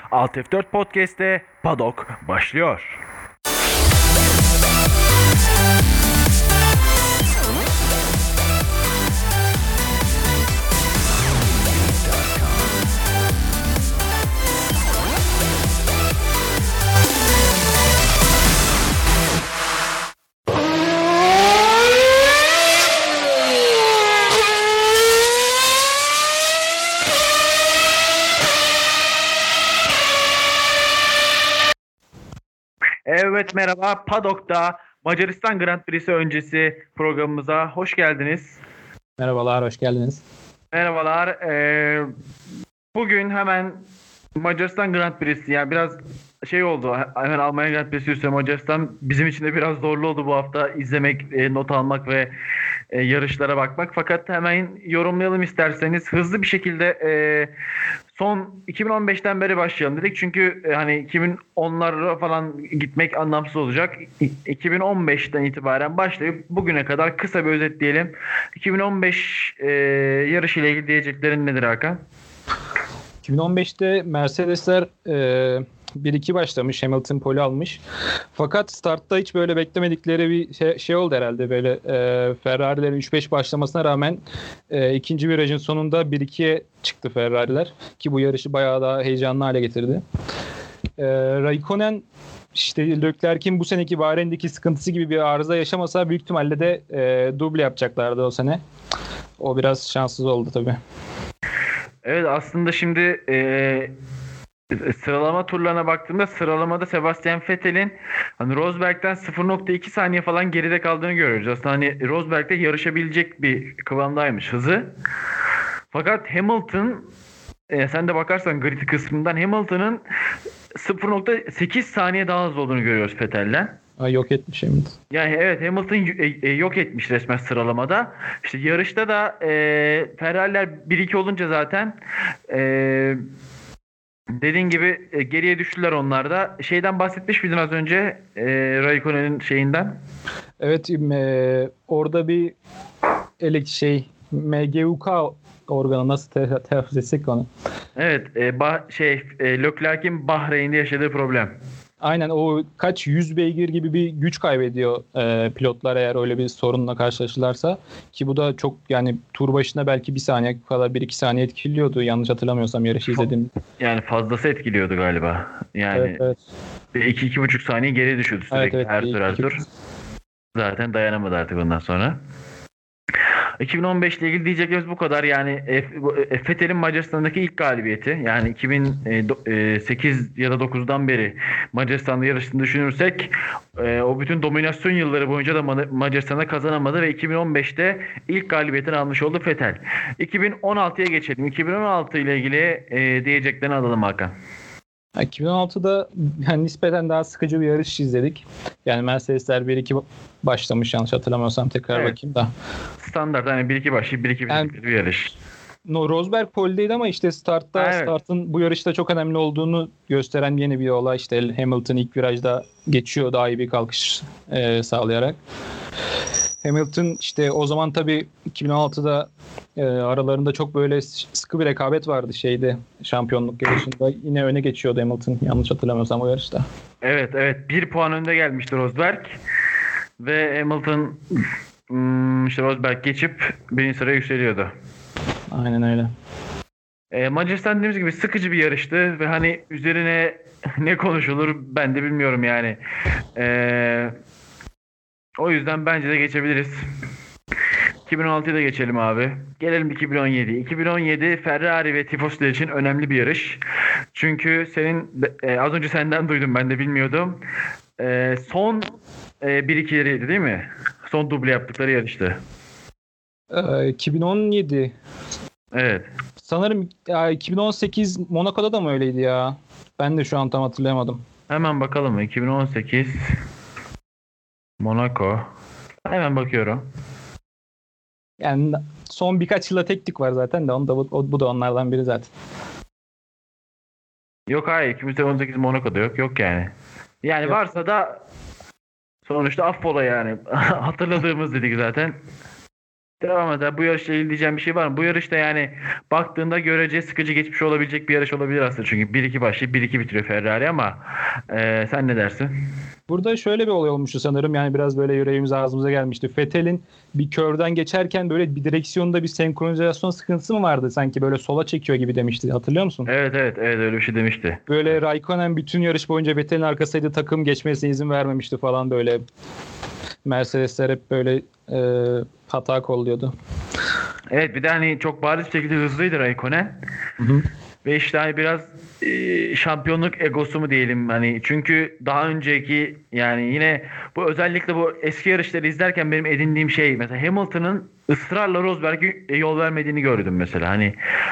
Alt F4 Podcast'te Paddock başlıyor. Evet, merhaba. Paddock'ta Macaristan Grand Prix'si öncesi programımıza hoş geldiniz. Merhabalar, hoş geldiniz. Merhabalar. Bugün hemen Macaristan Grand Prix'si, yani biraz şey oldu. Hemen Almanya Grand Prix'si üstüne Macaristan bizim için de biraz zorlu oldu bu hafta izlemek, not almak ve yarışlara bakmak. Fakat hemen yorumlayalım isterseniz. Hızlı bir şekilde son 2015'ten beri başlayalım dedik. Çünkü hani 2010'lara falan gitmek anlamsız olacak. 2015'ten itibaren başlayıp bugüne kadar kısa bir özetleyelim. 2015 yarışıyla ilgili diyeceklerin nedir Hakan? 2015'te Mercedesler 1-2 başlamış. Hamilton pole almış. Fakat startta hiç böyle beklemedikleri bir şey oldu herhalde. Böyle Ferrari'lerin 3-5 başlamasına rağmen ikinci virajın sonunda 1-2'ye çıktı Ferrari'ler. Ki bu yarışı bayağı daha heyecanlı hale getirdi. Raikkonen işte Leclerc'in bu seneki Bahreyn'deki sıkıntısı gibi bir arıza yaşamasa büyük ihtimalle de duble yapacaklardı o sene. O biraz şanssız oldu tabii. Evet, aslında şimdi sıralama turlarına baktığımda sıralamada Sebastian Vettel'in hani Rosberg'den 0.2 saniye falan geride kaldığını görüyoruz. Aslında hani Rosberg'de yarışabilecek bir kıvamdaymış hızı. Fakat Hamilton, sen de bakarsan grid kısmından Hamilton'ın 0.8 saniye daha hızlı olduğunu görüyoruz Vettel'den. Yok etmiş Hamilton. Yani evet, Hamilton yok etmiş resmen sıralamada. İşte yarışta da Ferrari'ler 1-2 olunca zaten dediğin gibi geriye düştüler onlar da. Şeyden bahsetmiş miydin az önce, Raikkonen'in şeyinden? Evet, orada bir MGUK organı, nasıl telaffuz etsek onu. Evet, Leclerc'in Bahreyn'de yaşadığı problem. Aynen, o kaç 100 beygir gibi bir güç kaybediyor pilotlar eğer öyle bir sorunla karşılaşırlarsa, ki bu da çok, yani tur başına belki 1 saniye kadar, 1-2 saniye etkiliyordu yanlış hatırlamıyorsam yarışı izlediğimde. Yani fazlası etkiliyordu galiba. Yani evet. 2-2,5 saniye geri düşüyordu sürekli, Evet, her tur her tur. Zaten dayanamadı artık ondan sonra. 2015 ile ilgili diyeceklerimiz bu kadar. Yani Vettel'in Macaristan'daki ilk galibiyeti. Yani 2008 ya da 9'dan beri Macaristan'da yarıştığını düşünürsek o bütün dominasyon yılları boyunca da Macaristan'da kazanamadı ve 2015'te ilk galibiyetini almış oldu Vettel. 2016'ya geçelim. 2016 ile ilgili diyeceklerini alalım Hakan. 2016'da yani nispeten daha sıkıcı bir yarış izledik. Yani Mercedesler 1-2 başlamış yanlış hatırlamıyorsam, tekrar bakayım da. Standart, hani 1-2 başlayıp 1-2 bitirdikleri bir yarış. Rosberg poledeydi ama işte startın bu yarışta çok önemli olduğunu gösteren yeni bir olay. İşte Hamilton ilk virajda geçiyor daha iyi bir kalkış sağlayarak. Hamilton işte o zaman tabii 2016'da aralarında çok böyle sıkı bir rekabet vardı şampiyonluk yarışında. Yine öne geçiyordu Hamilton yanlış hatırlamıyorsam o yarışta. Evet, 1 puan önde gelmişti Rosberg ve Hamilton işte Rosberg geçip 1. sıraya yükseliyordu. Aynen öyle. Macaristan dediğimiz gibi sıkıcı bir yarıştı ve hani üzerine ne konuşulur ben de bilmiyorum yani. O yüzden bence de geçebiliriz. 2016'ya da geçelim abi. Gelelim 2017. 2017 Ferrari ve Tifosiler için önemli bir yarış. Çünkü senin az önce senden duydum, ben de bilmiyordum. Son 1-2'leriydi değil mi? Son duble yaptıkları yarıştı. 2017. Evet. Sanırım 2018 Monaco'da da mı öyleydi ya? Ben de şu an tam hatırlayamadım. Hemen bakalım mı? 2018 Monaco. Hemen bakıyorum. Yani son birkaç yıla tek tük var zaten de bu da onlardan biri zaten. Yok, hayır, 2018 Monaco'da yok yani. Yani yok. Varsa da sonuçta affola yani. Hatırladığımız dedik zaten. Devam eder. Bu yarışla ilgili diyeceğim bir şey var mı? Bu yarışta yani baktığında görece sıkıcı geçmiş olabilecek bir yarış olabilir aslında. Çünkü 1-2 başlayıp 1-2 bitiriyor Ferrari ama sen ne dersin? Burada şöyle bir olay olmuştu sanırım. Yani biraz böyle yüreğimiz ağzımıza gelmişti. Vettel'in bir körden geçerken böyle bir direksiyonda bir senkronizasyon sıkıntısı mı vardı? Sanki böyle sola çekiyor gibi demişti. Hatırlıyor musun? Evet, evet, evet, öyle bir şey demişti. Böyle Raikkonen bütün yarış boyunca Vettel'in arkasıydı. Takım geçmesine izin vermemişti falan böyle. Mercedesler hep böyle hata kolluyordu. Evet, bir de hani çok bariz bir şekilde hızlıydı Raikkonen. Hı hı. Ve işte hani biraz şampiyonluk egosu mu diyelim hani, çünkü daha önceki yani yine bu özellikle bu eski yarışları izlerken benim edindiğim şey, mesela Hamilton'ın ısrarla Rosberg'e yol vermediğini gördüm mesela. Hani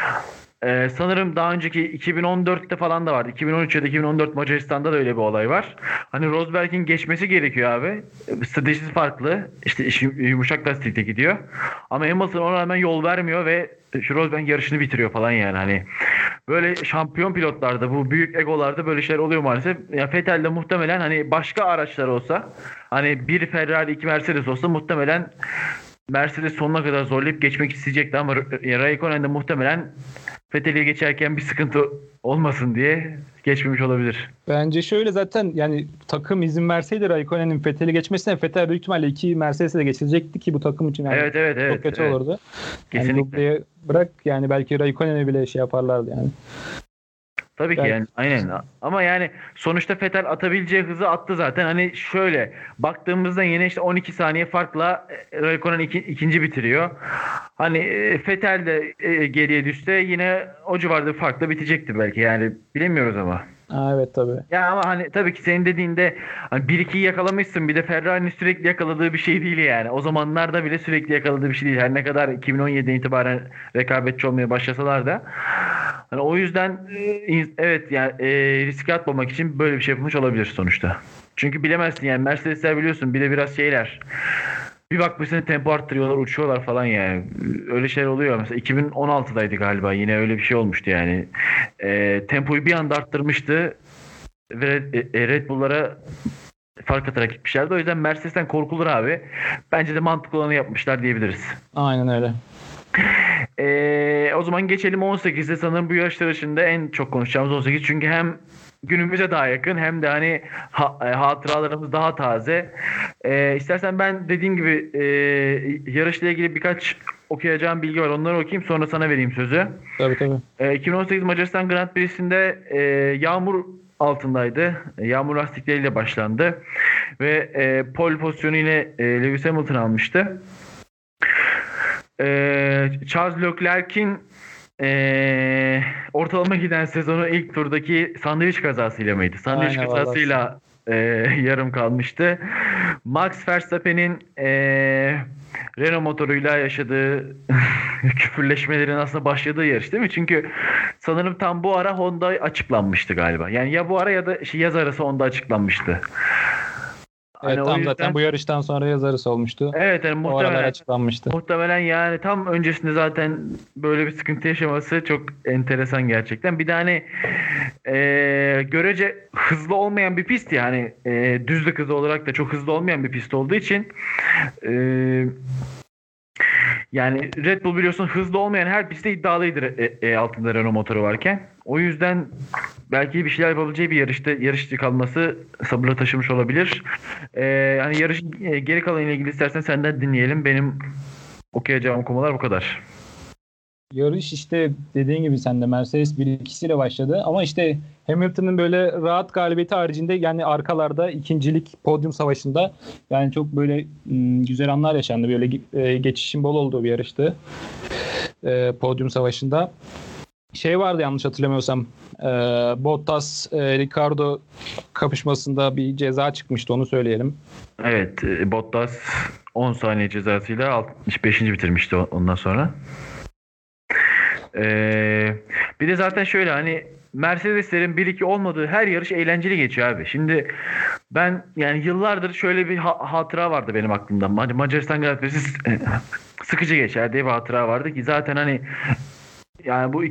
sanırım daha önceki 2014'te falan da vardı. 2013 ya da 2014 Macaristan'da da öyle bir olay var. Hani Rosberg'in geçmesi gerekiyor abi. Stratejisi farklı. İşte yumuşak lastikte gidiyor. Ama Hamilton ona rağmen yol vermiyor ve şu Rosberg yarışını bitiriyor falan yani. Hani böyle şampiyon pilotlarda, bu büyük egolarda böyle şeyler oluyor maalesef. Ya Vettel'de muhtemelen hani başka araçlar olsa, hani bir Ferrari, iki Mercedes olsa muhtemelen Mercedes sonuna kadar zorlayıp geçmek isteyecekti ama Raikkonen de muhtemelen Vettel'i geçerken bir sıkıntı olmasın diye geçmemiş olabilir. Bence şöyle, zaten yani takım izin verseydi Raikkonen'in Vettel'i geçmesine, Vettel büyük ihtimalle iki Mercedes'e de geçilecekti ki bu takım için yani Evet, evet, çok kötü evet. olurdu. Yani Kesinlikle. Dubla'ya bırak, yani belki Raikkonen'e bile şey yaparlardı yani. Tabii ki Belki. yani aynen, ama yani sonuçta Vettel atabileceği hızı attı zaten. Hani şöyle baktığımızda yine işte 12 saniye farkla Raikkonen ikinci bitiriyor. Hani Vettel de geriye düşse yine o civarda bir farkla bitecekti belki, yani bilemiyoruz ama. Evet tabii. Ya ama hani tabii ki senin dediğinde hani 1-2'yi yakalamışsın, bir de Ferrari'nin sürekli yakaladığı bir şey değil yani. O zamanlarda bile sürekli yakaladığı bir şey değil. Her ne kadar 2017'den itibaren rekabetçi olmaya başlasalar da. Hani o yüzden evet yani riske atmamak için böyle bir şey yapılmış olabilir sonuçta. Çünkü bilemezsin yani, Mercedesler biliyorsun bir de biraz şeyler. Bir bakmışsın tempo arttırıyorlar, uçuyorlar falan yani. Öyle şeyler oluyor. Mesela 2016'daydı galiba, yine öyle bir şey olmuştu yani. Tempoyu bir anda arttırmıştı ve Red Bull'lara fark atarak gitmişlerdi. O yüzden Mercedes'ten korkulur abi. Bence de mantıklı olanı yapmışlar diyebiliriz. Aynen öyle. O zaman geçelim 18'de, sanırım bu yarışlar içinde en çok konuşacağımız 18. Çünkü hem günümüze daha yakın hem de hani hatıralarımız daha taze. İstersen ben dediğim gibi yarışla ilgili birkaç okuyacağım bilgi var. Onları okuyayım, sonra sana vereyim sözü. Tabii tabii. 2018 Macaristan Grand Prix'sinde yağmur altındaydı. Yağmur lastikleriyle başlandı. Ve pole pozisyonu yine Lewis Hamilton almıştı. Charles Leclerc'in ortalama giden sezonu ilk turdaki sandviç kazasıyla mıydı? Sandviç Aynen kazasıyla yarım kalmıştı. Max Verstappen'in Renault motoruyla yaşadığı küfürleşmelerin aslında başladığı yarış değil mi? Çünkü sanırım tam bu ara Honda açıklanmıştı galiba. Yani ya bu ara ya da yaz arası Honda açıklanmıştı. Hani Evet, o tam yüzden zaten bu yarıştan sonra yazarısı olmuştu. evet, yani O aralar açıklanmıştı. muhtemelen yani tam öncesinde zaten böyle bir sıkıntı yaşaması çok enteresan gerçekten. Bir de hani görece hızlı olmayan bir pist, yani düzlük hızı olarak da çok hızlı olmayan bir pist olduğu için yani Red Bull biliyorsun hızlı olmayan her pistte iddialıydır altında Renault motoru varken. O yüzden belki bir şeyler yapabileceği bir yarışta yarışçı kalması sabırla taşımış olabilir. Hani yarışın geri kalanıyla ilgili istersen senden dinleyelim. Benim okuyacağım konular bu kadar. Yarış işte dediğin gibi sen de Mercedes 1-2'siyle başladı ama işte Hamilton'ın böyle rahat galibiyeti haricinde yani arkalarda ikincilik podyum savaşında yani çok böyle güzel anlar yaşandı. Böyle geçişin bol olduğu bir yarıştı podyum savaşında. Şey vardı yanlış hatırlamıyorsam, Bottas Ricardo kapışmasında bir ceza çıkmıştı, onu söyleyelim. Evet, Bottas 10 saniye cezasıyla 65. bitirmişti ondan sonra. Bir de zaten şöyle hani Mercedeslerin 1-2 olmadığı her yarış eğlenceli geçiyor abi. Şimdi ben yani yıllardır şöyle bir hatıra vardı benim aklımda. Hani Macaristan Grand Prix'si sıkıcı geçer diye bir hatıra vardı ki zaten hani yani bu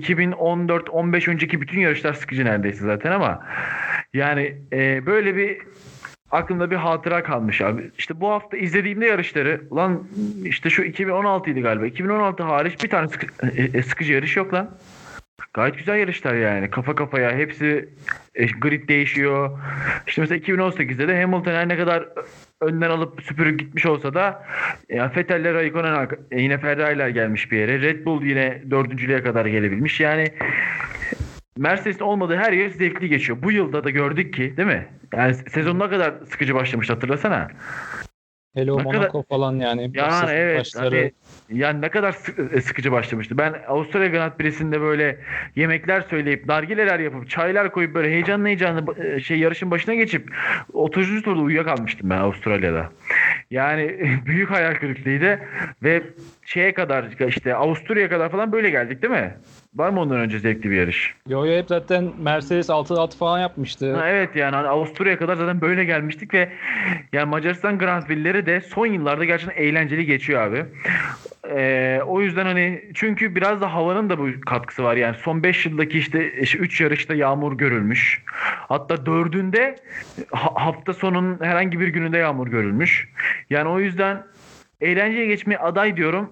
2014-15 önceki bütün yarışlar sıkıcı neredeyse zaten, ama yani böyle bir aklımda bir hatıra kalmış abi. İşte bu hafta izlediğimde yarışları, ulan işte şu 2016 idi galiba. 2016 hariç bir tane sıkıcı yarış yok lan. Gayet güzel yarışlar yani. Kafa kafaya hepsi, grid değişiyor. İşte mesela 2018'de de Hamilton her ne kadar önden alıp süpürüp gitmiş olsa da Vettel'le Raikkonen yine Ferrari'ler gelmiş bir yere. Red Bull yine dördüncülüğe kadar gelebilmiş. Yani Mercedes'in olmadığı her yer zevkli geçiyor. Bu yılda da gördük ki, değil mi? Yani sezon ne kadar sıkıcı başlamıştı hatırlasana. Hele o Ne Monaco kadar, falan yani. yani evet Başları... hani, yani ne kadar sıkıcı başlamıştı. Ben Avustralya Grand Prix'sinde böyle yemekler söyleyip, nargileler yapıp, çaylar koyup böyle heyecanlı yarışın başına geçip 30. turda uyuyakalmıştım ben Avustralya'da. Yani büyük hayal kırıklığıydı ve şeye kadar, işte Avusturya'ya kadar falan böyle geldik, değil mi? Var mı ondan önce zevkli bir yarış? Yo hep zaten Mercedes 6-6 falan yapmıştı. Ha, evet yani hani Avusturya'ya kadar zaten böyle gelmiştik ve yani Macaristan Grand Prix'leri de son yıllarda gerçekten eğlenceli geçiyor abi. O yüzden hani, çünkü biraz da havanın da bu katkısı var. Yani son 5 yıldaki işte 3 yarışta yağmur görülmüş. Hatta 4'ünde hafta sonunun herhangi bir gününde yağmur görülmüş. Yani o yüzden eğlenceye geçmeye aday diyorum.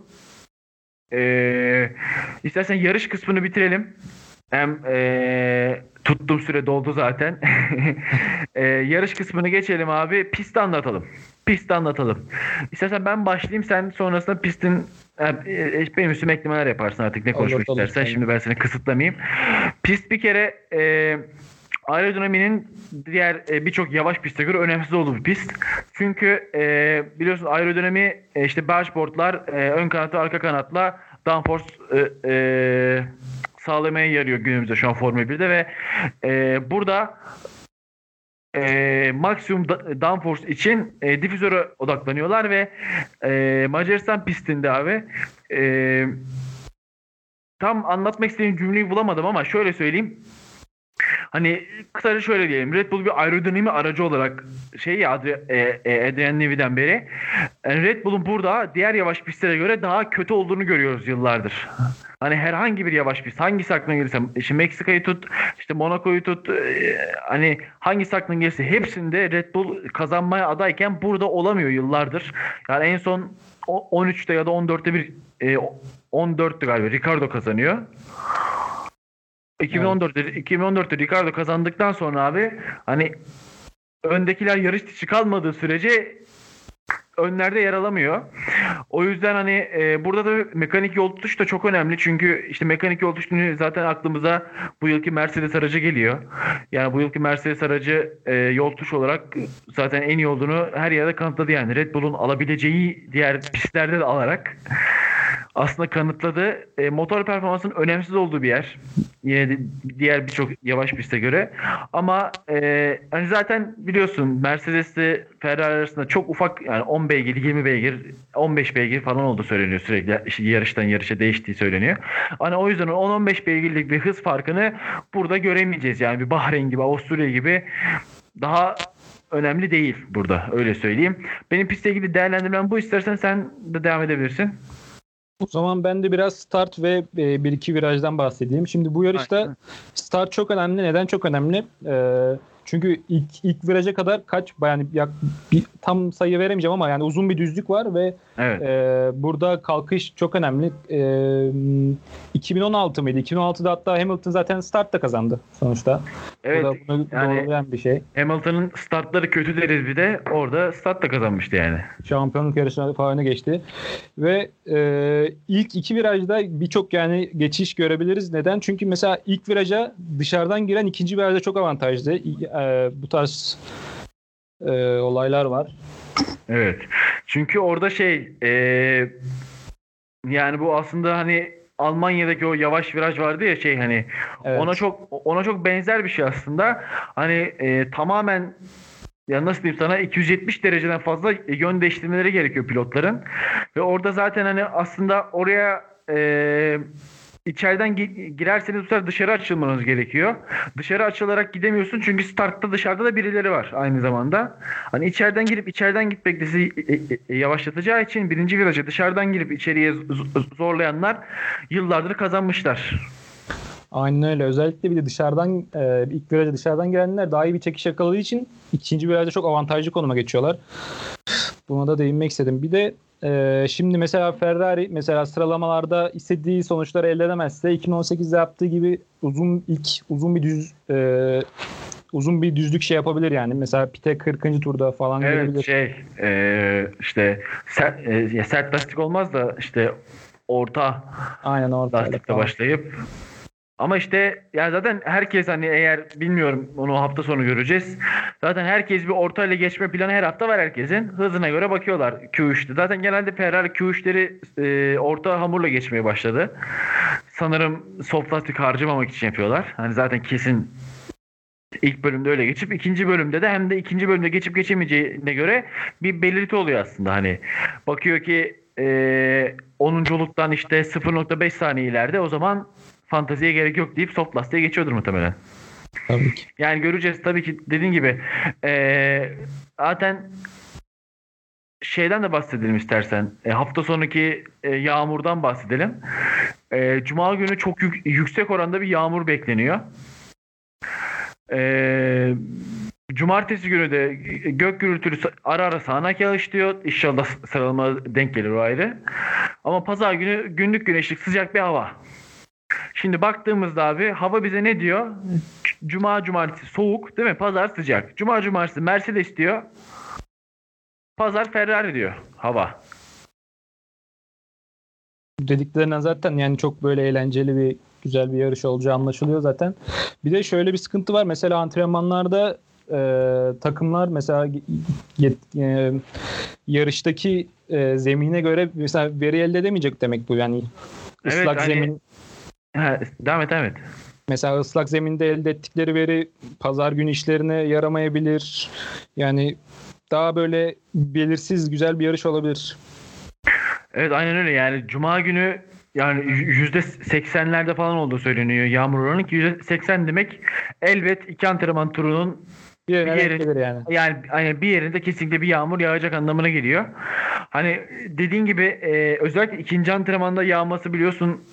İstersen yarış kısmını bitirelim. Hem tuttuğum süre doldu zaten. Yarış kısmını geçelim abi. Pisti anlatalım. Pisti anlatalım. İstersen ben başlayayım. Sen sonrasında pistin benim üstüme eklemeler yaparsın artık, ne konuşmak istersen. Tamam. Şimdi ben seni kısıtlamayayım. Pist bir kere aerodinaminin diğer birçok yavaş piste göre önemsiz olduğu bir pist. Çünkü biliyorsun aerodinami işte dashboardlar, ön kanat ve arka kanatla downforce sağlamaya yarıyor günümüzde şu an Formula 1'de ve burada maksimum downforce için difüzöre odaklanıyorlar ve Macaristan pistinde abi tam anlatmak istediğim cümleyi bulamadım ama şöyle söyleyeyim. Hani kısaca şöyle diyelim. Red Bull bir aerodinami aracı olarak Adrian Newey'den beri Red Bull'un burada diğer yavaş pistlere göre daha kötü olduğunu görüyoruz yıllardır. Hani herhangi bir yavaş pist, hangisi aklına gelirse, işte Meksika'yı tut, işte Monaco'yu tut, hani hangisi aklına gelirse hepsinde Red Bull kazanmaya adayken burada olamıyor yıllardır. Yani en son 13'te ya da 14'te 14'tü galiba Ricardo kazanıyor. 2014'te Ricardo kazandıktan sonra abi hani öndekiler yarış dışı kalmadığı sürece önlerde yer alamıyor. O yüzden hani burada da mekanik yol tutuş da çok önemli. Çünkü işte mekanik yol tutuşunu zaten aklımıza bu yılki Mercedes aracı geliyor. Yani bu yılki Mercedes aracı yol tutuş olarak zaten en iyi olduğunu her yerde kanıtladı yani. Red Bull'un alabileceği diğer pistlerde de alarak aslında kanıtladı. Motor performansının önemsiz olduğu bir yer. Yine de diğer birçok yavaş piste göre. Ama hani zaten biliyorsun Mercedes'le Ferrari arasında çok ufak, yani 10 beygir, 20 beygir, 15 beygir falan olduğu söyleniyor sürekli. İşte yarıştan yarışa değiştiği söyleniyor. Hani o yüzden 10-15 beygirlik bir hız farkını burada göremeyeceğiz. Yani bir Bahreyn gibi, Avusturya gibi daha önemli değil burada. Öyle söyleyeyim. Benim pistle ilgili değerlendirmem bu. İstersen sen de devam edebilirsin. O zaman ben de biraz start ve bir iki virajdan bahsedeyim. Şimdi bu yarışta start çok önemli. Neden çok önemli? Çünkü ilk viraja kadar yani tam sayı veremeyeceğim ama yani uzun bir düzlük var ve evet. Burada kalkış çok önemli. 2016 mıydı? 2016'da hatta Hamilton zaten startta kazandı sonuçta. Evet. Bunu yani doğrulayan bir şey. Hamilton'ın startları kötü deriz, bir de orada startta kazanmıştı yani. Şampiyonluk yarışına falan geçti. Ve ilk iki virajda birçok yani geçiş görebiliriz. Neden? Çünkü mesela ilk viraja dışarıdan giren ikinci virajda çok avantajlı. Bu tarz olaylar var. Evet. Çünkü orada yani bu aslında hani Almanya'daki o yavaş viraj vardı ya hani evet. ona çok benzer bir şey aslında. Hani tamamen, ya nasıl diyeyim sana, 270 dereceden fazla yön değiştirmeleri gerekiyor pilotların. Ve orada zaten hani aslında oraya İçeriden girerseniz bu sefer dışarı açılmanız gerekiyor. Dışarı açılarak gidemiyorsun çünkü startta dışarıda da birileri var aynı zamanda. Hani içeriden girip içeriden gitmek de sizi yavaşlatacağı için birinci virajı dışarıdan girip içeriye zorlayanlar yıllardır kazanmışlar. Aynen öyle. Özellikle bir de dışarıdan ilk viraja dışarıdan gelenler daha iyi bir çekiş yakaladığı için ikinci virajda çok avantajlı konuma geçiyorlar. Buna da değinmek istedim. Bir de şimdi mesela Ferrari mesela sıralamalarda istediği sonuçları elde edemezse 2018'de yaptığı gibi uzun bir düzlük şey yapabilir yani. Mesela pite 40. turda falan Evet girebilir. işte sert lastik olmaz da işte orta Aynen ortayla lastikle falan. başlayıp ama işte ya zaten herkes hani eğer bilmiyorum onu hafta sonu göreceğiz. Zaten herkes bir ortayla geçme planı her hafta var herkesin. Hızına göre bakıyorlar Q3'te. Zaten genelde Ferrari Q3'leri orta hamurla geçmeye başladı. Sanırım soft lastik harcamamak için yapıyorlar. Hani zaten kesin ilk bölümde öyle geçip ikinci bölümde de hem de ikinci bölümde geçip geçemeyeceğine göre bir belirti oluyor aslında. Hani bakıyor ki 10'unculuktan işte 0,5 saniye ileride o zaman fanteziye gerek yok deyip soft lastiğe geçiyordur muhtemelen. Tabii ki. Yani göreceğiz tabii ki dediğin gibi zaten şeyden de bahsedelim istersen. Hafta sonraki yağmurdan bahsedelim. Cuma günü çok yüksek oranda bir yağmur bekleniyor. Ee, Cumartesi günü de gök gürültülü ara ara sağanak yağış diyor. İnşallah sıralama denk gelir o ayrı. Ama pazar günü günlük güneşlik sıcak bir hava. Şimdi baktığımızda abi hava bize ne diyor? Cuma cumartesi soğuk değil mi? Pazar sıcak. Cuma cumartesi Mercedes diyor. Pazar Ferrari diyor hava. Dediklerinden zaten yani çok böyle eğlenceli bir güzel bir yarış olacağı anlaşılıyor zaten. Bir de şöyle bir sıkıntı var. Mesela antrenmanlarda takımlar mesela yarıştaki zemine göre mesela veri elde edemeyecek demek bu. Yani Evet ıslak hani zemin devam et evet. mesela ıslak zeminde elde ettikleri veri pazar günü işlerine yaramayabilir. Yani daha böyle belirsiz güzel bir yarış olabilir. Evet aynen öyle yani Cuma günü yani %80'lerde falan olduğu söyleniyor yağmur oranı ki %80 demek elbet iki antrenman turunun Bir bir yerine denk yerin gelir yani. yani bir yerinde kesinlikle bir yağmur yağacak anlamına geliyor. Hani dediğin gibi özellikle ikinci antrenmanda yağması biliyorsun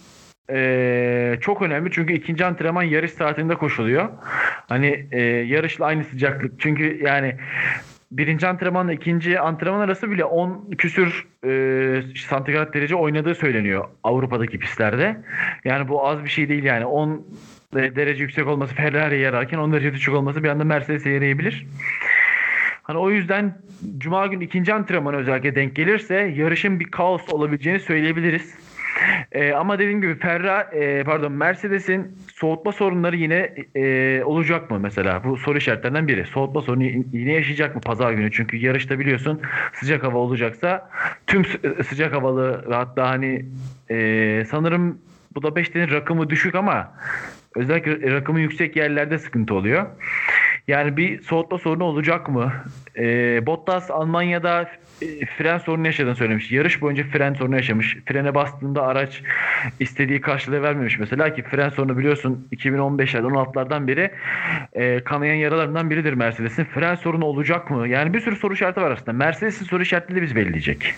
çok önemli çünkü ikinci antrenman yarış saatinde koşuluyor. Hani yarışla aynı sıcaklık çünkü yani birinci antrenmanla ikinci antrenman arası bile 10 küsür santigrat derece oynadığı söyleniyor Avrupa'daki pistlerde. Yani bu az bir şey değil yani 10 derece yüksek olması Ferrari'ye yararken 10 derece düşük olması bir anda Mercedes'e yarayabilir. Hani o yüzden Cuma günü ikinci antrenmana özellikle denk gelirse yarışın bir kaos olabileceğini söyleyebiliriz. Ama dediğim gibi Mercedes'in soğutma sorunları yine olacak mı mesela? Bu soru işaretlerinden biri. Soğutma sorunu yine yaşayacak mı pazar günü? Çünkü yarışta biliyorsun sıcak hava olacaksa tüm sıcak havalı ve hatta hani sanırım bu da 5'lerin rakımı düşük ama özellikle rakımı yüksek yerlerde sıkıntı oluyor. Yani bir soğutma sorunu olacak mı? Bottas Almanya'da fren sorunu yaşadığını söylemiş. Yarış boyunca fren sorunu yaşamış. Frene bastığında araç istediği karşılığı vermemiş mesela ki fren sorunu biliyorsun 2015'lerden 16'lardan beri kanayan yaralarından biridir Mercedes'in. Fren sorunu olacak mı? Yani bir sürü soru işareti var aslında. Mercedes'in soru işaretleri de biz belirleyecek.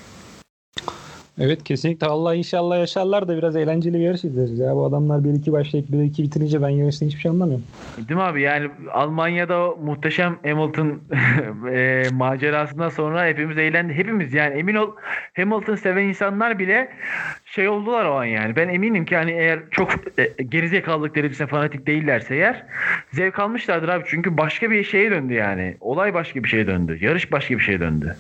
Evet kesinlikle. Allah inşallah yaşarlar da biraz eğlenceli bir yarış izleriz ya. Bu adamlar 1-2 başlayıp 1-2 bitirince ben yarışta hiçbir şey anlamıyorum. Değil mi abi? Yani Almanya'da o muhteşem Hamilton macerasından sonra hepimiz eğlendik. Hepimiz yani emin ol Hamilton seven insanlar bile şey oldular o an yani. Ben eminim ki hani eğer çok gerizekalılık derecesinde fanatik değillerse eğer zevk almışlardır abi. Çünkü başka bir şeye döndü yani. Olay başka bir şeye döndü. Yarış başka bir şeye döndü.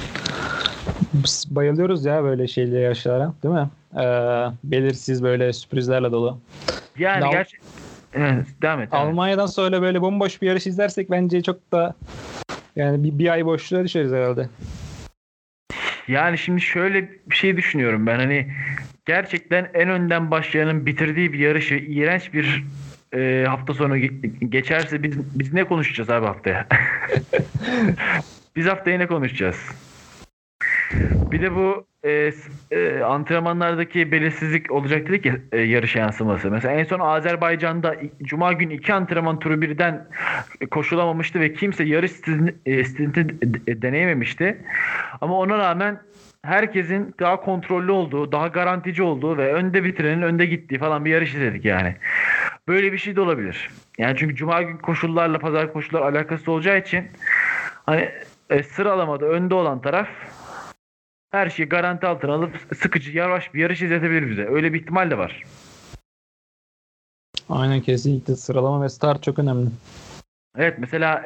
Biz bayılıyoruz ya böyle şeyli yarışlara, değil mi? Belirsiz böyle sürprizlerle dolu. Şimdi Yani gerçi evet, devam et. Devam et. Almanya'dan sonra böyle bomboş bir yarış izlersek bence çok da yani bir ay boşluğa düşeriz herhalde. Yani şimdi şöyle bir şey düşünüyorum ben hani gerçekten en önden başlayanın bitirdiği bir yarışı iğrenç bir hafta sonu geçerse biz ne konuşacağız abi haftaya? Biz haftaya ne konuşacağız? Bir de bu antrenmanlardaki belirsizlik olacak dedik ya yarışa yansıması. Mesela en son Azerbaycan'da Cuma günü iki antrenman turu birden koşulamamıştı ve kimse yarış stinti deneyememişti. Ama ona rağmen herkesin daha kontrollü olduğu, daha garantici olduğu ve önde bitirenin önde gittiği falan bir yarış izledik yani. Böyle bir şey de olabilir. Yani çünkü cuma gün koşullarla pazar koşullar alakası olacağı için hani sıralamada önde olan taraf her şeyi garanti altına alıp sıkıcı yavaş bir yarış izletebilir bize. Öyle bir ihtimal de var. Aynen, kesinlikle sıralama ve start çok önemli. Evet, mesela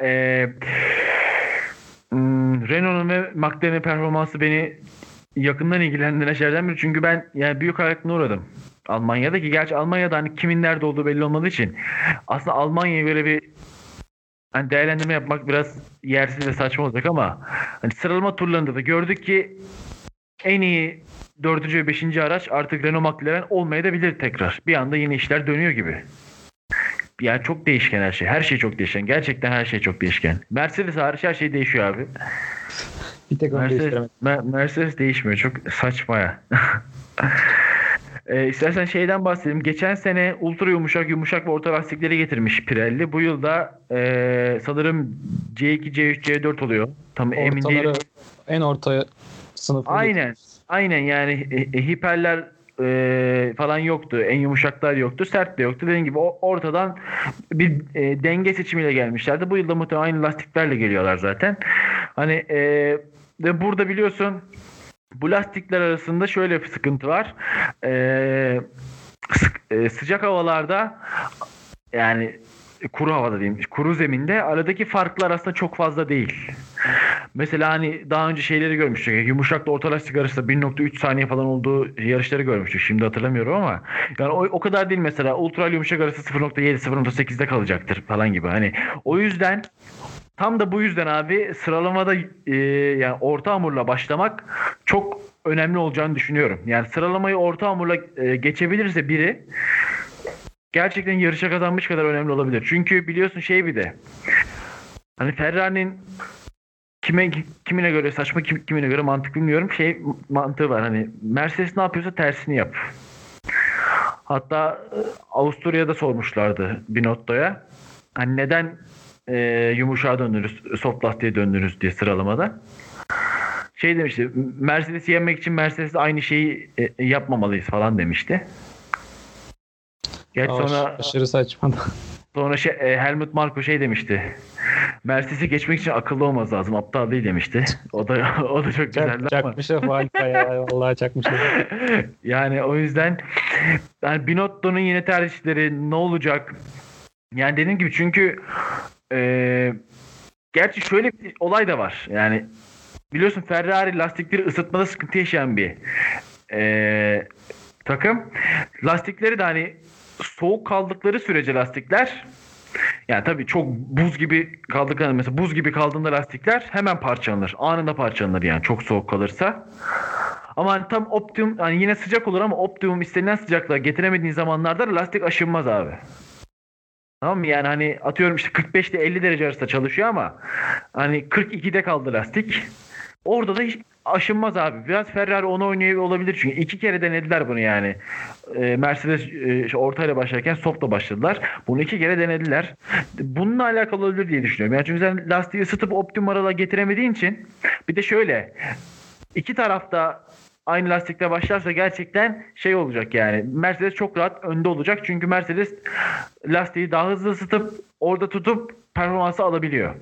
Renault'un ve McLaren'in performansı beni yakından ilgilendiren şeylerden biri. Çünkü ben yani büyük hayretine uğradım Almanya'da, ki gerçi Almanya'da hani kimin nerede olduğu belli olmadığı için aslında Almanya'ya böyle bir hani değerlendirme yapmak biraz yersiz ve saçma olacak ama hani sıralama turlarında da gördük ki en iyi 4. ve 5. araç artık Renault McLaren olmayabilir tekrar. Bir anda yine işler dönüyor gibi. Yani çok değişken her şey. Her şey çok değişken. Gerçekten her şey çok değişken. Mercedes hariç her şey değişiyor abi. Bir tek onu değiştiremedim. Mercedes değişmiyor. Çok saçma ya. İstersen şeyden bahsedelim. Geçen sene ultra yumuşak ve orta lastikleri getirmiş Pirelli. Bu yılda sanırım C2, C3, C4 oluyor. Tam emin değilim. Ortaları en orta sınıfı. Aynen. Aynen yani hiperler falan yoktu. En yumuşaklar yoktu. Sert de yoktu. Dediğim gibi ortadan bir denge seçimiyle gelmişlerdi. Bu yılda muhtemelen aynı lastiklerle geliyorlar zaten. Hani ve burada biliyorsun bu lastikler arasında şöyle bir sıkıntı var. Sıcak havalarda yani kuru havada diyeyim. Kuru zeminde aradaki farklar aslında çok fazla değil. Mesela hani daha önce şeyleri görmüştük. Yumuşakla orta lastik arasında 1.3 saniye falan olduğu yarışları görmüştük. Şimdi hatırlamıyorum ama yani o kadar değil mesela. Ultra yumuşak arası 0.7 0.8'de kalacaktır falan gibi. Hani o yüzden tam da bu yüzden abi sıralamada yani orta hamurla başlamak çok önemli olacağını düşünüyorum. Yani sıralamayı orta hamurla geçebilirse biri gerçekten yarışa kazanmış kadar önemli olabilir. Çünkü biliyorsun şey bir de hani Ferrari'nin kimine göre saçma kimine göre mantık bilmiyorum. Şey mantığı var hani Mercedes ne yapıyorsa tersini yap. Hatta Avusturya'da sormuşlardı Binotto'ya. Hani neden yumuşağa döndünüz, soft lastiğe döndünüz diye sıralamada. Şey demişti, Mercedes'i yenmek için Mercedes'le aynı şeyi yapmamalıyız falan demişti. Gerçi sonra aşırı saçma. Sonra Helmut Marko şey demişti. Mercedes'i geçmek için akıllı olmaz lazım. Aptal değil demişti. O da çok güzeldi ama. Çakmış lafı Alfa ya. Vallahi çakmış lafı. Yani o yüzden yani Binotto'nun yine tercihleri ne olacak? Yani dediğim gibi çünkü gerçi şöyle bir olay da var. Yani biliyorsun Ferrari lastikleri ısıtmada sıkıntı yaşayan bir takım. Lastikleri de hani soğuk kaldıkları sürece lastikler yani tabii çok buz gibi kaldıklarında mesela buz gibi kaldığında lastikler hemen parçalanır. Anında parçalanır yani çok soğuk kalırsa. Ama hani tam optimum hani yine sıcak olur ama optimum istenilen sıcaklığa getiremediğin zamanlarda lastik aşınmaz abi. Tamam mı? Yani hani atıyorum işte 45 ile 50 derece arasında çalışıyor ama hani 42'de kaldı lastik. Orada da hiç aşınmaz abi. Biraz Ferrari onu oynuyor olabilir çünkü 2 kere denediler bunu yani. Mercedes ortayla başlarken softla başladılar. Bunu 2 kere denediler. Bununla alakalı olabilir diye düşünüyorum. Yani çünkü sen lastiği ısıtıp optimum aralığa getiremediğin için bir de şöyle iki tarafta aynı lastikle başlarsa gerçekten şey olacak yani. Mercedes çok rahat önde olacak. Çünkü Mercedes lastiği daha hızlı ısıtıp orada tutup performansı alabiliyor.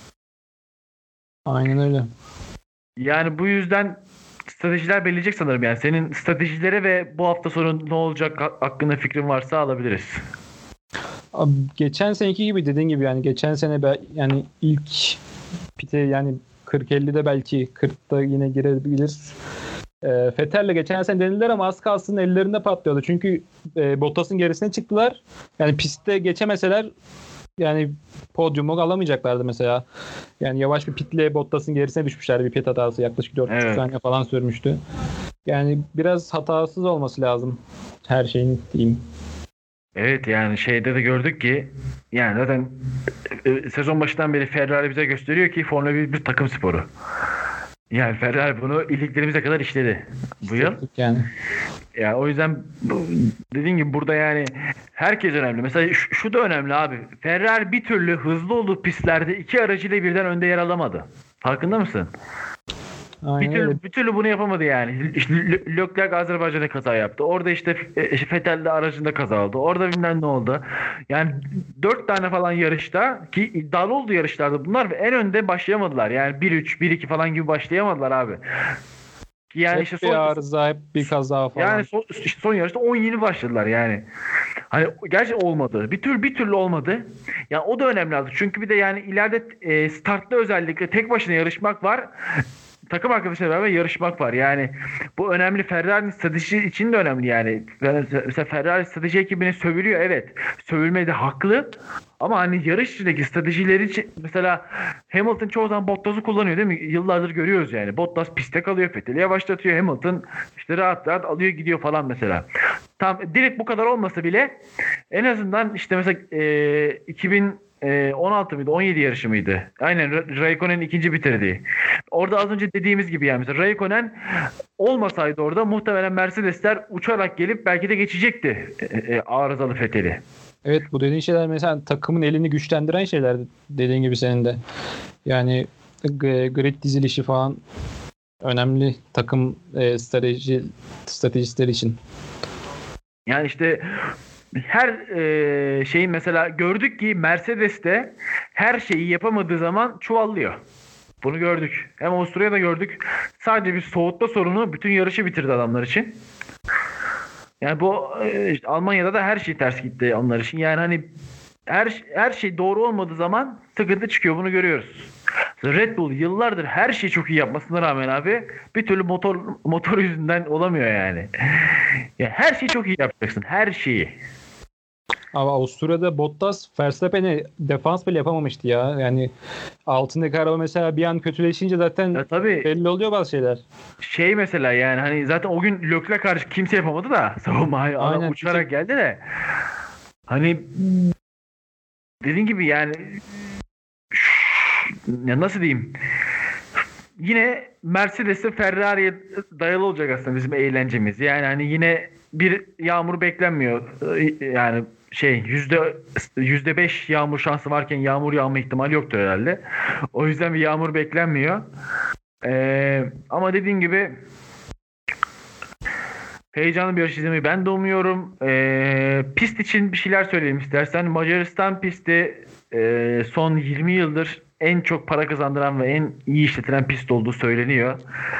Aynen öyle. Yani bu yüzden stratejiler belirleyecek sanırım yani. Senin stratejileri ve bu hafta sonu ne olacak hakkında fikrin varsa alabiliriz. Abi, geçen seneki gibi dediğin gibi yani geçen sene yani ilk pite yani 40-50'de belki 40'da yine girebilir. Vettel'le geçen sene denediler ama az kalsın ellerinde patlıyordu. Çünkü Bottas'ın gerisine çıktılar. Yani pistte geçemeseler yani podyumu alamayacaklardı mesela. Yani yavaş bir pitle Bottas'ın gerisine düşmüşlerdi bir pit hatası. Yaklaşık 4,5 saniye falan sürmüştü. Yani biraz hatasız olması lazım her şeyin diyeyim. Evet yani şeyde de gördük ki yani zaten sezon başından beri Ferrari bize gösteriyor ki Formula 1 bir takım sporu. Yani Ferrari bunu iliklerimize kadar işledi bu yıl. Yani. Ya o yüzden dediğim gibi burada yani herkes önemli. Mesela şu da önemli abi. Ferrari bir türlü hızlı olduğu pistlerde iki aracıyla birden önde yer alamadı. Farkında mısın? Aynen Bir türlü bunu yapamadı yani. İşte Leclerc Azerbaycan'da kaza yaptı. Orada işte Vettel de aracında kaza oldu. Orada bilmem ne oldu. Yani 4 tane falan yarışta ki iddialı oldu yarışlarda bunlar ve en önde başlayamadılar. Yani 1-3, 1-2 falan gibi başlayamadılar abi. Yani hep işte bir arıza, hep bir kaza falan. yani işte son yarışta 10 yeni başladılar yani. Hani gerçi olmadı. Bir türlü olmadı. Yani o da önemli artık. Çünkü bir de yani ileride startta özellikle tek başına yarışmak var. Takım arkadaşlarıyla beraber yarışmak var. Yani bu önemli. Ferrari'nin stratejisi için de önemli yani. Mesela Ferrari strateji ekibine sövülüyor. Evet. Sövülmeye de haklı. Ama hani yarış içindeki stratejileri için mesela Hamilton çoğu zaman Bottas'ı kullanıyor değil mi? Yıllardır görüyoruz yani. Bottas piste kalıyor. Vettel'i yavaşlatıyor. Hamilton işte rahat rahat alıyor gidiyor falan mesela. Tam direkt bu kadar olmasa bile en azından işte mesela 2016 mıydı? 17 yarışı mıydı? Aynen Raikkonen ikinci bitirdi. Orada az önce dediğimiz gibi yani mesela Raikkonen olmasaydı orada muhtemelen Mercedesler uçarak gelip belki de geçecekti arızalı Vettel'i. Evet, bu dediğin şeyler mesela takımın elini güçlendiren şeyler, dediğin gibi senin de. Yani grid dizilişi falan önemli takım stratejistleri için. Yani işte her şeyin mesela gördük ki Mercedes'te her şeyi yapamadığı zaman çuvallıyor. Bunu gördük. Hem Avusturya'da gördük. Sadece bir soğutma sorunu bütün yarışı bitirdi adamlar için. Yani bu işte Almanya'da da her şey ters gitti onlar için. Yani hani her şey doğru olmadığı zaman sıkıntı çıkıyor. Bunu görüyoruz. Red Bull yıllardır her şeyi çok iyi yapmasına rağmen abi bir türlü motor yüzünden olamıyor yani. Ya her şeyi çok iyi yapacaksın. Her şeyi. Ama Avusturya'da Bottas Verstappen'e defans bile yapamamıştı ya. Yani altındaki araba mesela bir an kötüleşince zaten Ya tabii belli oluyor bazı şeyler. şey mesela yani hani zaten o gün Leclerc'e karşı kimse yapamadı da savunma hani adam Aynen. uçarak geldi de hani dediğin gibi yani ya nasıl diyeyim yine Mercedes'e Ferrari'ye dayalı olacak aslında bizim eğlencemiz. Yani hani yine bir yağmur beklenmiyor. Yani şey %5 yağmur şansı varken yağmur yağma ihtimali yoktur herhalde. O yüzden bir yağmur beklenmiyor. Ama dediğin gibi heyecanlı bir yarış izlemeyi ben de umuyorum. Pist için bir şeyler söyleyeyim istersen. Macaristan pisti son 20 yıldır en çok para kazandıran ve en iyi işletilen pist olduğu söyleniyor.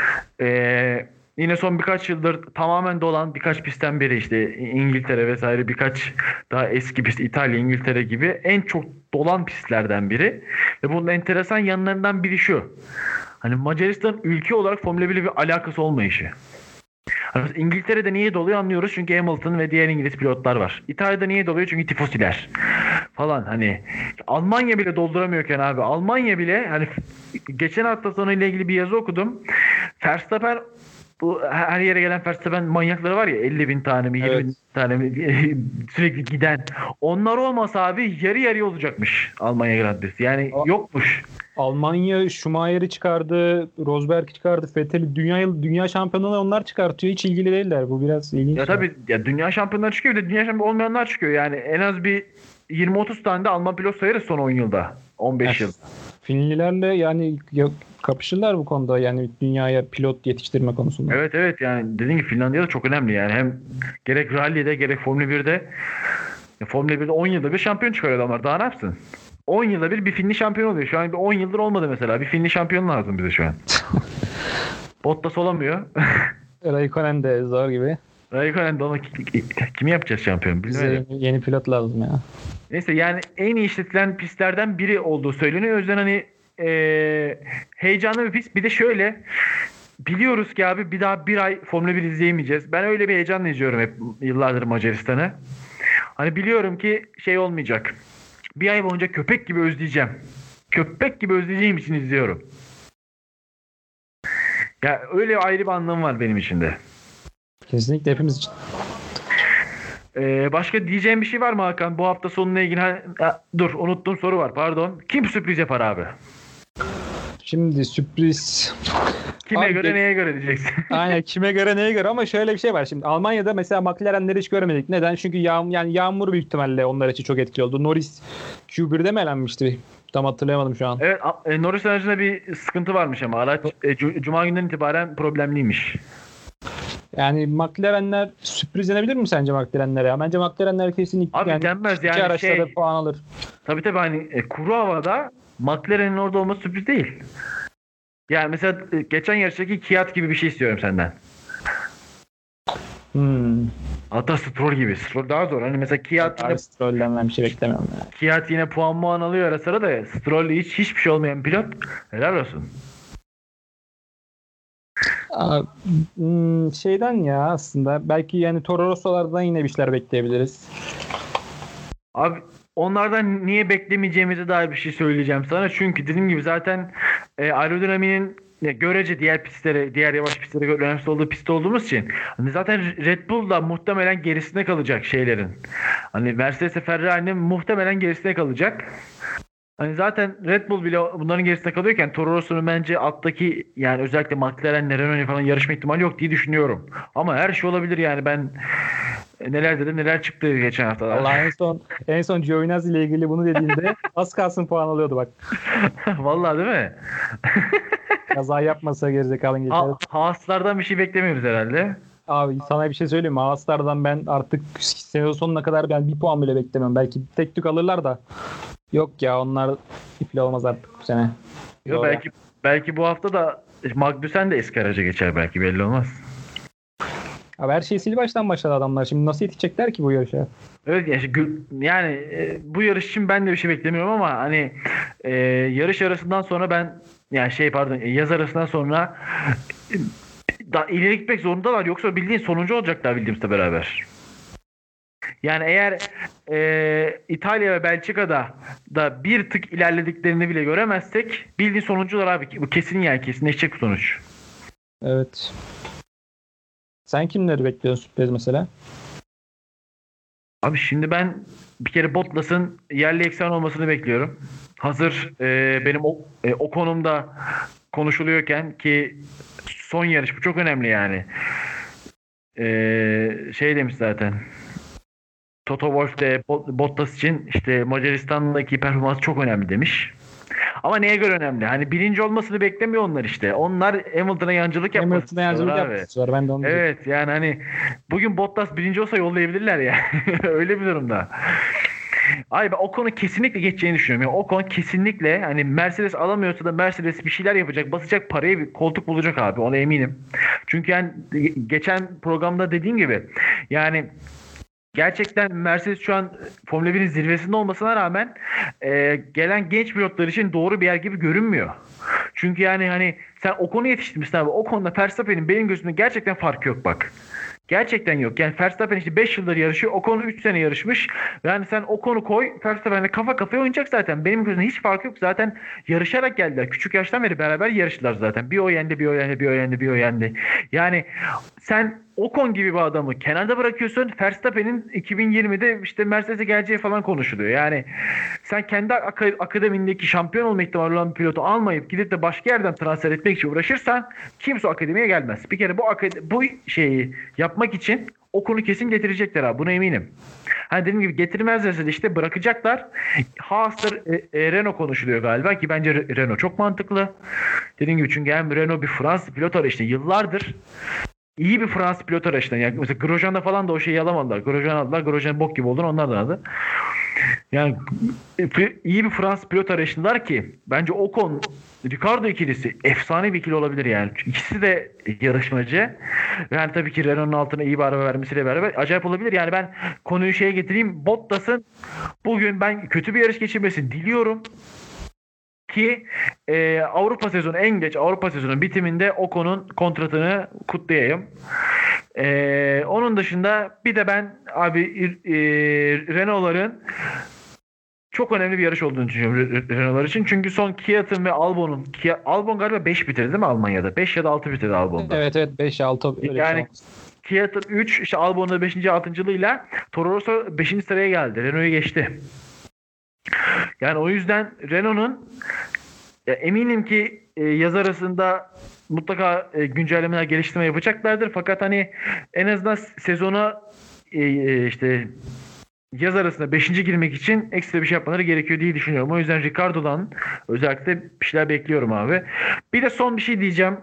Yine son birkaç yıldır tamamen dolan birkaç pistten biri işte İngiltere vesaire birkaç daha eski pist İtalya, İngiltere gibi en çok dolan pistlerden biri. Ve bunun enteresan yanlarından biri şu. Hani Macaristan ülke olarak Formula 1 ile bir alakası olmayışı. Hani İngiltere'de niye doluyor anlıyoruz çünkü Hamilton ve diğer İngiliz pilotlar var. İtalya'da niye doluyor çünkü tifosiler falan hani. Almanya bile dolduramıyorken abi Almanya bile hani geçen hafta sonu ile ilgili bir yazı okudum. Verstappen bu her yere gelen Verstappen manyakları var ya 50 bin tane mi 20 bin tane mi sürekli giden. Onlar olmasa abi yarı yarıya olacakmış Almanya Grand Prix'si. Yani yokmuş. Almanya Schumacher'i çıkardı, Rosberg'i çıkardı, Vettel'i dünya şampiyonluğunu onlar çıkartıyor. Hiç ilgili değiller. Bu biraz ilginç. Ya tabii ya dünya şampiyonları çıkıyor bir de dünya şampiyonu olmayanlar çıkıyor. Yani en az bir 20-30 tane de Alman pilot sayarız son 10 yılda. 15 yıl. Finlilerle yani kapışırlar bu konuda yani dünyaya pilot yetiştirme konusunda. Evet evet yani dediğim gibi Finlandiya da çok önemli yani hem gerek rally'de gerek Formula 1'de Formula 1'de 10 yılda bir şampiyon çıkarıyor adamlar daha ne yapsın? 10 yılda bir Finli şampiyon oluyor. Şu an bir 10 yıldır olmadı mesela. Bir Finli şampiyon lazım bize şu an. Bottas olamıyor. Raikkonen de zor gibi. Raikkonen de ona kimi yapacağız şampiyon? Bize yeni pilot lazım ya. Neyse yani en iyi işletilen pistlerden biri olduğu söyleniyor. O yüzden hani heyecanlı bir pist. Bir de şöyle biliyoruz ki abi bir daha bir ay Formula 1 izleyemeyeceğiz. Ben öyle bir heyecanla izliyorum hep yıllardır Macaristan'ı. Hani biliyorum ki şey olmayacak. Bir ay boyunca köpek gibi özleyeceğim. Köpek gibi özleyeceğim için izliyorum. Ya öyle ayrı bir anlamı var benim için de. Kesinlikle hepimiz için. Başka diyeceğim bir şey var mı Hakan? Bu hafta sonuna ilgili dur unuttuğum soru var pardon. Kim sürpriz yapar abi? Şimdi sürpriz. Kime göre neye göre diyeceksin. Aynen kime göre neye göre ama şöyle bir şey var şimdi. Almanya'da mesela McLaren'leri hiç göremedik. Neden? Çünkü yağmur büyük ihtimalle onlar için çok etkili oldu. Norris Q1'de mi elenmişti? Tam hatırlayamadım şu an. Evet, Norris aracında bir sıkıntı varmış ama araç Cuma günden itibaren problemliymiş. Yani McLaren'ler sürpriz denebilir mi sence McLaren'lere ya? Bence McLaren'ler kesinlikle Abi denmez iki yani araçta da puan alır. Tabii hani kuru havada McLaren'in orada olması sürpriz değil. Yani mesela geçen yarıştaki Kvyat gibi bir şey istiyorum senden. Hatta Stroll gibi. Stroll daha zor. Hani mesela Stroll'den ben bir şey beklemiyorum. Yani. Kvyat yine puan alıyor ara sıra da Stroll hiçbir şey olmayan pilot. Helal olsun. Şeyden ya aslında belki yani Toro Rosso'lardan yine bir şeyler bekleyebiliriz. Abi onlardan niye beklemeyeceğimize dair bir şey söyleyeceğim sana. Çünkü dediğim gibi zaten aerodinamiğinin görece diğer yavaş pistlere göre önemsiz olduğu pist olduğumuz için hani zaten Red Bull da muhtemelen gerisinde kalacak şeylerin. Hani Mercedes ve Ferrari'nin muhtemelen gerisinde kalacak. Hani zaten Red Bull bile bunların gerisinde kalıyorken Toro Rosso'nun bence alttaki yani özellikle McLaren'le Renault'la falan yarışma ihtimali yok diye düşünüyorum. Ama her şey olabilir yani ben neler dedim neler çıktı geçen haftalar. Allah en son Giovinazzi ile ilgili bunu dediğinde az kalsın puan alıyordu bak. Vallahi değil mi? Kaza yapmasa gerizekalı geçer. Haaslardan bir şey beklemiyoruz herhalde. Abi sana bir şey söyleyeyim mi? Haaslardan ben artık sezon sonuna kadar ben bir puan bile beklemiyorum. Belki tek tük alırlar da. Yok ya onlar iple olmaz artık bu sene. Yok belki bu hafta da Magnussen de eski araca geçer belki belli olmaz. Abi her şey sil baştan başladı adamlar. Şimdi nasıl yetişecekler ki bu yarışa? Evet yani bu yarış için ben de bir şey beklemiyorum ama hani yarış arasından sonra ben yani yaz arasından sonra da ileri gitmek zorundalar yoksa bildiğin sonuncu olacaklar bildiğimizle beraber. Yani eğer İtalya ve Belçika'da da bir tık ilerlediklerini bile göremezsek bildiğin sonuncular abi. Bu kesin yani kesinleşecek bu sonuç. Evet. Sen kimleri bekliyorsun sürpriz mesela? Abi şimdi ben bir kere Bottas'ın yerli eksen olmasını bekliyorum. Hazır benim o konumda konuşuluyorken ki son yarış bu çok önemli yani. Demiş zaten. Toto Wolff de Bottas için işte Macaristan'daki performans çok önemli demiş. Ama neye göre önemli? Hani birinci olmasını beklemiyor onlar işte. Onlar Hamilton'a yancılık yapması istiyorlar. Ben de onu diyeceğim. Evet yani hani bugün Bottas birinci olsa yollayabilirler ya. Öyle bir durumda. Ay ben Ocon'u kesinlikle geçeceğini düşünüyorum. Yani Ocon kesinlikle hani Mercedes alamıyorsa da Mercedes bir şeyler yapacak. Basacak parayı bir koltuk bulacak abi. Ona eminim. Çünkü yani geçen programda dediğim gibi yani gerçekten Mercedes şu an Formula 1'in zirvesinde olmasına rağmen gelen genç pilotlar için doğru bir yer gibi görünmüyor. Çünkü yani hani sen Ocon'u yetiştirmişsin abi. Ocon'la Verstappen'in benim gözümde gerçekten farkı yok bak. Gerçekten yok. Yani Verstappen işte 5 yıldır yarışıyor. Ocon 3 sene yarışmış. Yani sen Ocon'u koy Verstappen'le kafa kafaya oynayacak zaten. Benim gözümde hiç fark yok. Zaten yarışarak geldiler. Küçük yaştan beri beraber yarıştılar zaten. Bir o yendi, bir o yendi, bir o yendi, bir o yendi. Yani sen Ocon gibi bir adamı kenarda bırakıyorsun. Verstappen'in 2020'de işte Mercedes'e geleceği falan konuşuluyor. Yani sen kendi akademindeki şampiyon olma ihtimali olan bir pilotu almayıp gidip de başka yerden transfer etmek için uğraşırsan kimse o akademiye gelmez. Bir kere bu şeyi yapmak için Ocon'u kesin getirecekler abi. Buna eminim. Hani dediğim gibi getirmezlerse de işte bırakacaklar. Haas'tır Renault konuşuluyor galiba ki bence Renault çok mantıklı. Dediğim gibi çünkü hem Renault bir Fransız pilot arayışı yıllardır İyi bir Fransız pilot arayışından. Yani mesela Grosjean'da falan da o şeyi alamadılar. Grosjean aldılar. Grosjean bok gibi olduğunu onlardan aldı. Yani iyi bir Fransız pilot arayışındalar ki bence Ocon Ricardo ikilisi efsane bir ikili olabilir yani. İkisi de yarışmacı. Yani tabii ki Renault'un altına iyi bir araba vermesiyle beraber acayip olabilir. Yani ben konuyu şeye getireyim. Bottas'ın bugün ben kötü bir yarış geçirmesini diliyorum. Ki en geç Avrupa sezonu bitiminde Ocon'un kontratını kutlayayım. Onun dışında bir de ben abi Renault'ların çok önemli bir yarış olduğunu düşünüyorum Renault'lar için. Çünkü son Kvyat'ın ve Albon galiba 5 bitirdi değil mi Almanya'da? 5 ya da 6 bitirdi Albon'da. Evet 5-6 öyle yani Kvyat'ın 3 işte Albon'un 5. 6.lığıyla Toro Rosso 5. sıraya geldi. Renault'u geçti. Yani o yüzden Renault'un eminim ki yaz arasında mutlaka güncellemeler, geliştirme yapacaklardır. Fakat hani en azından sezona işte yaz arasında 5. girmek için ekstra bir şey yapmaları gerekiyor diye düşünüyorum. O yüzden Ricardo'dan özellikle bir şeyler bekliyorum abi. Bir de son bir şey diyeceğim.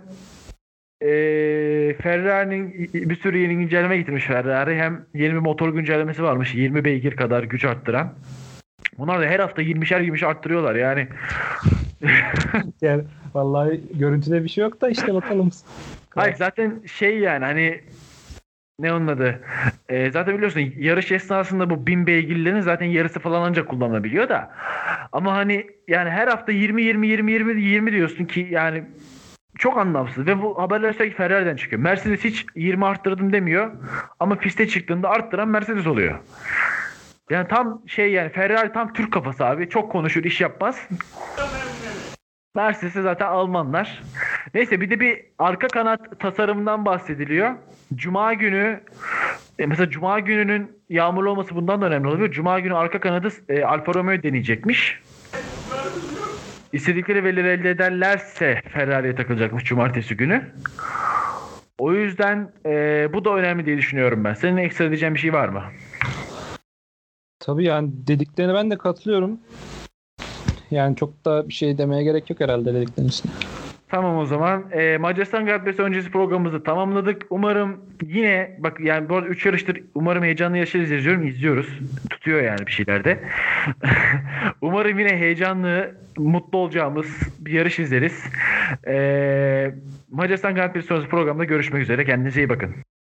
Ferrari'nin bir sürü yeni güncelleme getirmiş Ferrari. Hem yeni bir motor güncellemesi varmış. 20 beygir kadar güç arttıran. Bunlar da her hafta 20'şer arttırıyorlar yani. Yani vallahi görüntüde bir şey yok da işte bakalım. Hayır zaten şey yani hani ne onun adı? Zaten biliyorsun yarış esnasında bu 1000 beygirlerin zaten yarısı falan ancak kullanılabiliyor da. Ama hani yani her hafta 20 diyorsun ki yani çok anlamsız ve bu haberler sürekli Ferrari'den çıkıyor. Mercedes hiç 20 arttırdım demiyor ama piste çıktığında arttıran Mercedes oluyor. Yani tam şey yani Ferrari tam Türk kafası abi. Çok konuşur, iş yapmaz. Mercedes zaten Almanlar. Neyse bir de bir arka kanat tasarımından bahsediliyor. Cuma günü mesela Cuma gününün yağmurlu olması bundan da önemli oluyor. Cuma günü arka kanadı Alfa Romeo deneyecekmiş. İstedikleri verileri elde ederlerse Ferrari'ye takılacakmış cumartesi günü. O yüzden bu da önemli diye düşünüyorum ben. Senin ekstra diyeceğin bir şey var mı? Tabii yani dediklerine ben de katılıyorum. Yani çok da bir şey demeye gerek yok herhalde dediklerinin üstüne. Tamam o zaman. Macaristan Grand Prix'si öncesi programımızı tamamladık. Umarım yine bak yani bu arada 3 yarıştır umarım heyecanlı yarışlar izliyorum. İzliyoruz. Tutuyor yani bir şeylerde. Umarım yine heyecanlı, mutlu olacağımız bir yarış izleriz. Macaristan Grand Prix'si sonrası programda görüşmek üzere. Kendinize iyi bakın.